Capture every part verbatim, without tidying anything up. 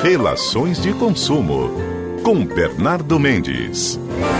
Relações de consumo, com Bernardo Mendes.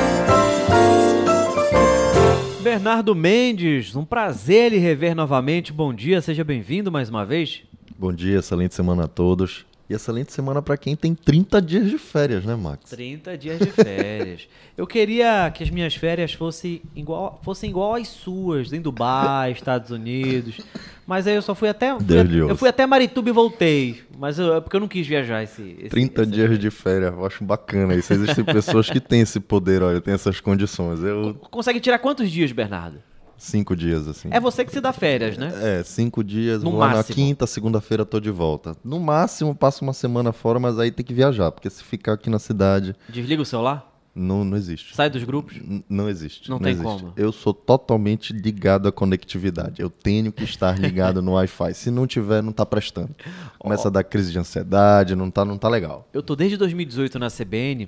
Bernardo Mendes, um prazer lhe rever novamente. Bom dia, seja bem-vindo mais uma vez. Bom dia, excelente semana a todos. E excelente semana para quem tem trinta dias de férias, né, Max? trinta dias de férias. Eu queria que as minhas férias fossem igual, fossem igual às suas, em Dubai, Estados Unidos. Mas aí eu só fui até... Fui a, eu fui até Marituba e voltei. Mas eu, é porque eu não quis viajar esse... esse trinta esse dias férias. de férias, eu acho bacana isso. Existem pessoas que têm esse poder, olha, têm essas condições. Eu... Consegue tirar quantos dias, Bernardo? Cinco dias, assim. É você que se dá férias, né? É, cinco dias, No vou lá na máximo. quinta, segunda-feira tô de volta. No máximo, passo uma semana fora, mas aí tem que viajar, porque se ficar aqui na cidade, Desliga o celular? não, não existe. Sai dos grupos? N- Não existe. Não tem existe. como. Eu sou totalmente ligado à conectividade. Eu tenho que estar ligado no Wi-Fi. Se não tiver, não tá prestando. Começa a dar crise de ansiedade, não tá, não tá legal. Eu tô desde dois mil e dezoito na C B N.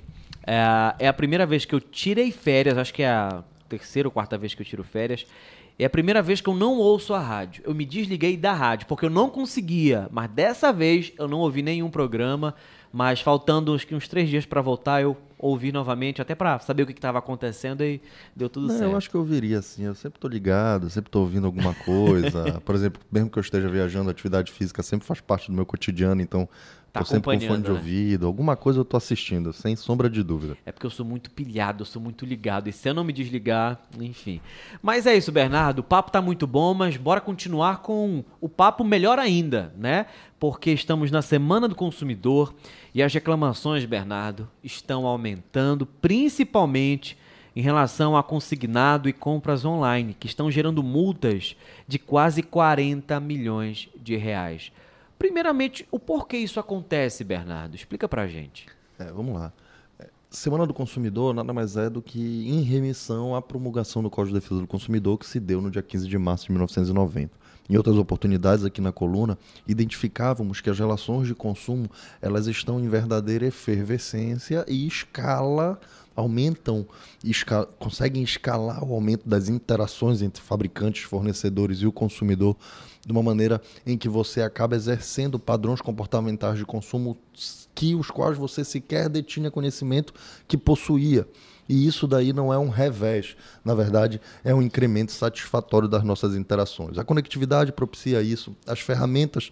É, é a primeira vez que eu tirei férias, acho que é a terceira ou quarta vez que eu tiro férias. É a primeira vez que eu não ouço a rádio. Eu me desliguei da rádio, porque eu não conseguia. Mas dessa vez eu não ouvi nenhum programa. Mas faltando acho que uns três dias para voltar, eu ouvi novamente, até para saber o que estava acontecendo, e deu tudo Não, certo. eu acho que eu ouviria assim. Eu sempre tô ligado, sempre tô ouvindo alguma coisa. Por exemplo, mesmo que eu esteja viajando, a atividade física sempre faz parte do meu cotidiano, então Tá tô sempre com fone acompanhando, de né? ouvido. Alguma coisa eu tô assistindo, sem sombra de dúvida. É porque eu sou muito pilhado, eu sou muito ligado. E se eu não me desligar, enfim. Mas é isso, Bernardo. O papo tá muito bom, mas bora continuar com o papo melhor ainda, né? Porque estamos na Semana do Consumidor e as reclamações, Bernardo, estão aumentando, principalmente em relação a consignado e compras online, que estão gerando multas de quase quarenta milhões de reais. Primeiramente, o porquê isso acontece, Bernardo? Explica pra gente. É, vamos lá. É, Semana do Consumidor nada mais é do que em remissão à promulgação do Código de Defesa do Consumidor que se deu no dia quinze de março de mil novecentos e noventa. Em outras oportunidades aqui na coluna, identificávamos que as relações de consumo elas estão em verdadeira efervescência e escala, aumentam, esca- conseguem escalar o aumento das interações entre fabricantes, fornecedores e o consumidor de uma maneira em que você acaba exercendo padrões comportamentais de consumo que os quais você sequer detinha conhecimento que possuía. E isso daí não é um revés, na verdade é um incremento satisfatório das nossas interações. A conectividade propicia isso, as ferramentas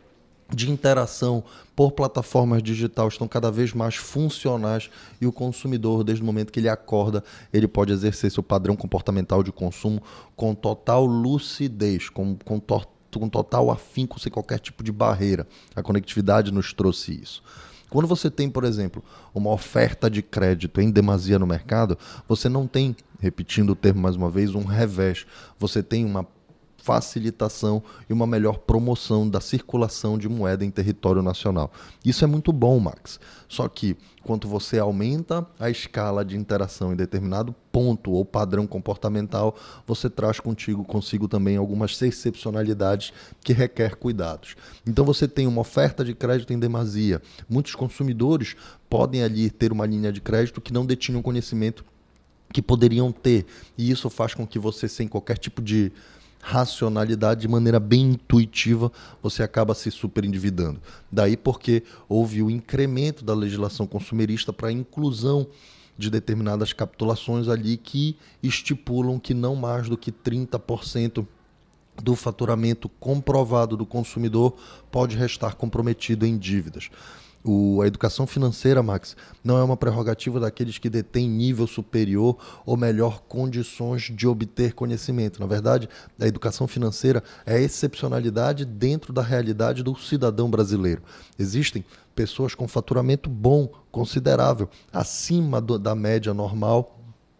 de interação por plataformas digitais estão cada vez mais funcionais e o consumidor, desde o momento que ele acorda, ele pode exercer seu padrão comportamental de consumo com total lucidez, com, com, to com total afinco, sem qualquer tipo de barreira. A conectividade nos trouxe isso. Quando você tem, por exemplo, uma oferta de crédito em demasia no mercado, você não tem, repetindo o termo mais uma vez, um revés. Você tem uma facilitação e uma melhor promoção da circulação de moeda em território nacional. Isso é muito bom, Max. Só que, quando você aumenta a escala de interação em determinado ponto ou padrão comportamental, você traz contigo, consigo também algumas excepcionalidades que requer cuidados. Então você tem uma oferta de crédito em demasia. Muitos consumidores podem ali ter uma linha de crédito que não detinham conhecimento que poderiam ter. E isso faz com que você, sem qualquer tipo de racionalidade, de maneira bem intuitiva, você acaba se superendividando. Daí porque houve o incremento da legislação consumerista para a inclusão de determinadas capitulações ali que estipulam que não mais do que trinta por cento do faturamento comprovado do consumidor pode restar comprometido em dívidas. O, a educação financeira, Max, não é uma prerrogativa daqueles que detêm nível superior ou melhor condições de obter conhecimento. Na verdade, a educação financeira é a excepcionalidade dentro da realidade do cidadão brasileiro. Existem pessoas com faturamento bom, considerável, acima do, da média normal,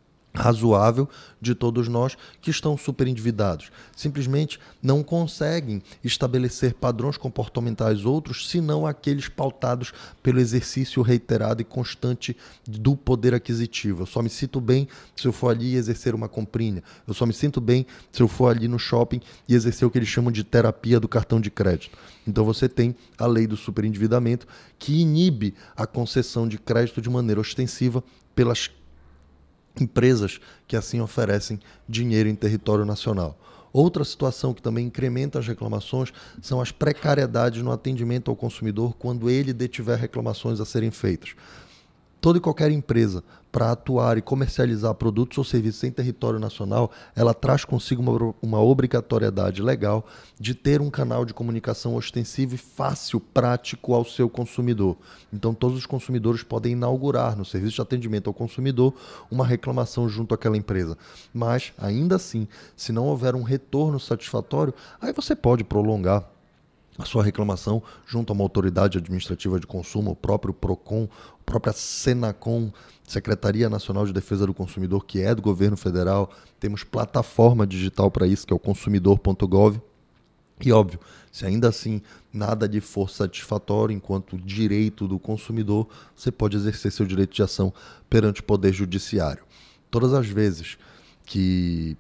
razoável de todos nós que estão super endividados. Simplesmente não conseguem estabelecer padrões comportamentais outros, senão aqueles pautados pelo exercício reiterado e constante do poder aquisitivo. Eu só me sinto bem se eu for ali exercer uma comprinha. Eu só me sinto bem se eu for ali no shopping e exercer o que eles chamam de terapia do cartão de crédito. Então você tem a lei do superendividamento que inibe a concessão de crédito de maneira ostensiva pelas empresas que assim oferecem dinheiro em território nacional. Outra situação que também incrementa as reclamações são as precariedades no atendimento ao consumidor quando ele detiver reclamações a serem feitas. Toda e qualquer empresa, para atuar e comercializar produtos ou serviços em território nacional, ela traz consigo uma, uma obrigatoriedade legal de ter um canal de comunicação ostensivo e fácil, prático ao seu consumidor. Então, todos os consumidores podem inaugurar no serviço de atendimento ao consumidor uma reclamação junto àquela empresa. Mas, ainda assim, se não houver um retorno satisfatório, aí você pode prolongar a sua reclamação junto a uma autoridade administrativa de consumo, o próprio PROCON, a própria Senacom, Secretaria Nacional de Defesa do Consumidor, que é do governo federal. Temos plataforma digital para isso, que é o consumidor ponto gov. E óbvio, se ainda assim nada lhe for satisfatório enquanto direito do consumidor, você pode exercer seu direito de ação perante o Poder Judiciário. Todas as vezes que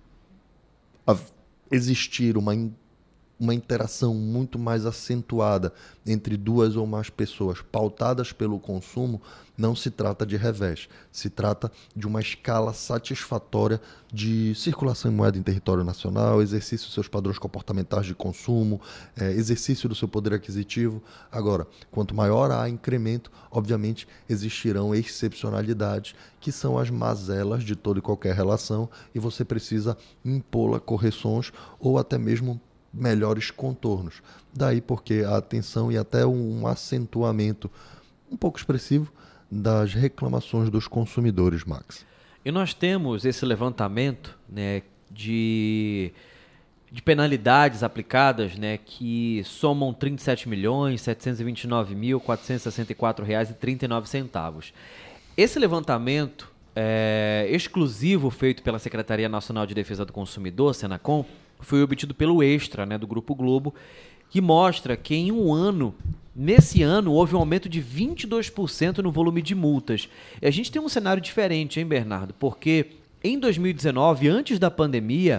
existir uma uma interação muito mais acentuada entre duas ou mais pessoas pautadas pelo consumo, não se trata de revés, se trata de uma escala satisfatória de circulação em moeda em território nacional, exercício dos seus padrões comportamentais de consumo, é, exercício do seu poder aquisitivo. Agora, quanto maior há incremento, obviamente existirão excepcionalidades, que são as mazelas de toda e qualquer relação, e você precisa impô-la correções ou até mesmo melhores contornos. Daí porque a atenção e até um acentuamento um pouco expressivo das reclamações dos consumidores, Max. E nós temos esse levantamento, né, de, de penalidades aplicadas, né, que somam trinta e sete milhões, setecentos e vinte e nove mil, quatrocentos e sessenta e quatro reais e trinta e nove centavos. Esse levantamento é exclusivo feito pela Secretaria Nacional de Defesa do Consumidor, Senacom, foi obtido pelo Extra, né, do Grupo Globo, que mostra que em um ano, nesse ano, houve um aumento de vinte e dois por cento no volume de multas. E a gente tem um cenário diferente, hein, Bernardo? Porque em dois mil e dezenove, antes da pandemia,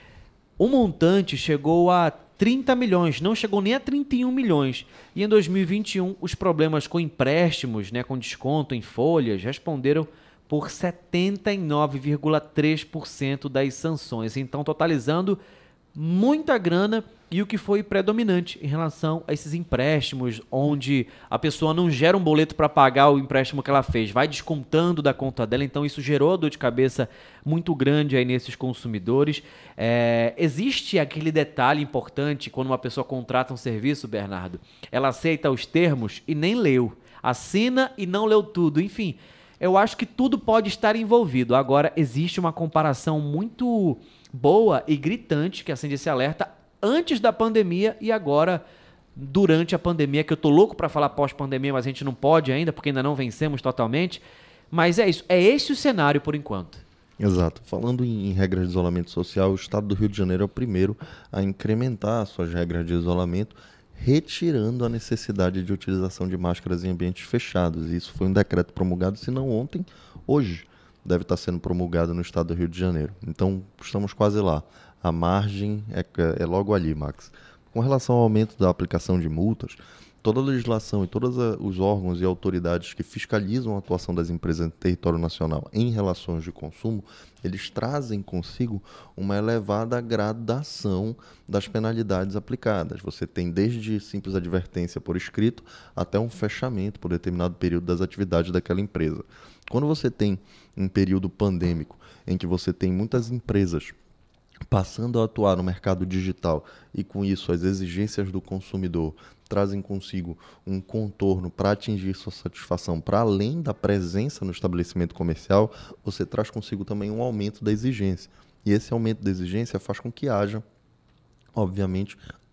o montante chegou a trinta milhões, não chegou nem a trinta e um milhões. E em dois mil e vinte e um, os problemas com empréstimos, né, com desconto em folhas, responderam por setenta e nove vírgula três por cento das sanções. Então, totalizando muita grana, e o que foi predominante em relação a esses empréstimos, onde a pessoa não gera um boleto para pagar o empréstimo que ela fez, vai descontando da conta dela. Então isso gerou dor de cabeça muito grande aí nesses consumidores. É, existe aquele detalhe importante quando uma pessoa contrata um serviço, Bernardo, ela aceita os termos e nem leu, assina e não leu tudo, enfim. Eu acho que tudo pode estar envolvido. Agora, existe uma comparação muito boa e gritante que acende esse alerta antes da pandemia e agora durante a pandemia, que eu tô louco para falar pós-pandemia, mas a gente não pode ainda, porque ainda não vencemos totalmente. Mas é isso, é esse o cenário por enquanto. Exato. Falando em, em regras de isolamento social, o estado do Rio de Janeiro é o primeiro a incrementar suas regras de isolamento, retirando a necessidade de utilização de máscaras em ambientes fechados. E isso foi um decreto promulgado, se não ontem, hoje deve estar sendo promulgado no estado do Rio de Janeiro. Então, estamos quase lá. A margem é, é logo ali, Max. Com relação ao aumento da aplicação de multas, toda a legislação e todos os órgãos e autoridades que fiscalizam a atuação das empresas no território nacional em relações de consumo, eles trazem consigo uma elevada gradação das penalidades aplicadas. Você tem desde simples advertência por escrito até um fechamento por determinado período das atividades daquela empresa. Quando você tem um período pandêmico em que você tem muitas empresas passando a atuar no mercado digital e com isso as exigências do consumidor trazem consigo um contorno para atingir sua satisfação para além da presença no estabelecimento comercial, você traz consigo também um aumento da exigência. E esse aumento da exigência faz com que haja, obviamente,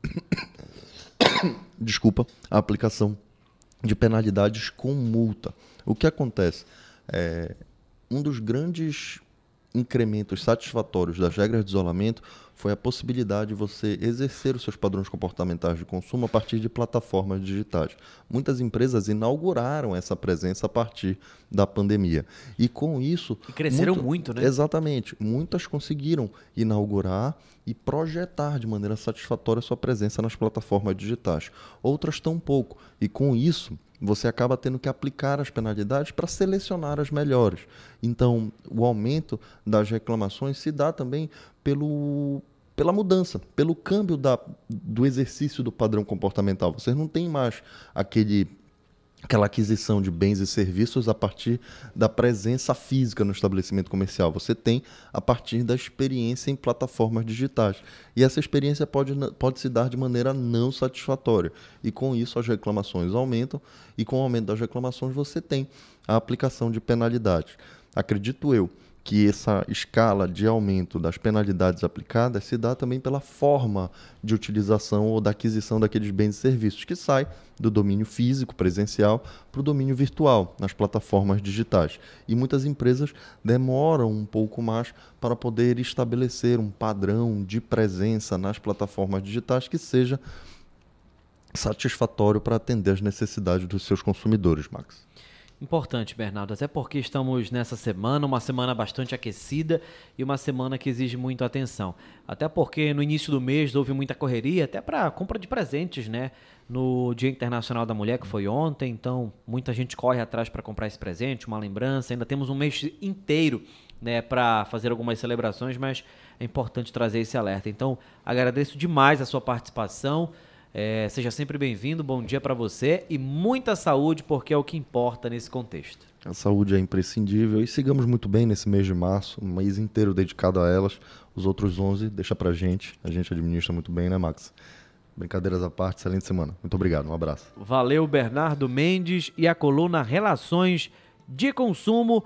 desculpa, a aplicação de penalidades com multa. O que acontece? É, um dos grandes incrementos satisfatórios das regras de isolamento foi a possibilidade de você exercer os seus padrões comportamentais de consumo a partir de plataformas digitais. Muitas empresas inauguraram essa presença a partir da pandemia. E com isso... E cresceram muito, muito, né? Exatamente. Muitas conseguiram inaugurar e projetar de maneira satisfatória sua presença nas plataformas digitais. Outras tão pouco. E com isso, você acaba tendo que aplicar as penalidades para selecionar as melhores. Então, o aumento das reclamações se dá também pelo pela mudança, pelo câmbio da, do exercício do padrão comportamental. Você não tem mais aquele, aquela aquisição de bens e serviços a partir da presença física no estabelecimento comercial. Você tem a partir da experiência em plataformas digitais. E essa experiência pode, pode se dar de maneira não satisfatória. E com isso as reclamações aumentam, e com o aumento das reclamações você tem a aplicação de penalidades. Acredito eu que essa escala de aumento das penalidades aplicadas se dá também pela forma de utilização ou da aquisição daqueles bens e serviços, que sai do domínio físico, presencial, para o domínio virtual, nas plataformas digitais. E muitas empresas demoram um pouco mais para poder estabelecer um padrão de presença nas plataformas digitais que seja satisfatório para atender as necessidades dos seus consumidores, Max. Importante, Bernardo, até porque estamos nessa semana, uma semana bastante aquecida e uma semana que exige muito atenção. Até porque no início do mês houve muita correria, até para compra de presentes, né? No Dia Internacional da Mulher, que foi ontem, então muita gente corre atrás para comprar esse presente, uma lembrança. Ainda temos um mês inteiro, né, para fazer algumas celebrações, mas é importante trazer esse alerta. Então, agradeço demais a sua participação. É, seja sempre bem-vindo, bom dia para você e muita saúde, porque é o que importa nesse contexto. A saúde é imprescindível e sigamos muito bem nesse mês de março, um mês inteiro dedicado a elas. Os outros onze deixa pra gente, a gente administra muito bem, né, Max? Brincadeiras à parte, excelente semana. Muito obrigado, um abraço. Valeu, Bernardo Mendes, e a coluna Relações de Consumo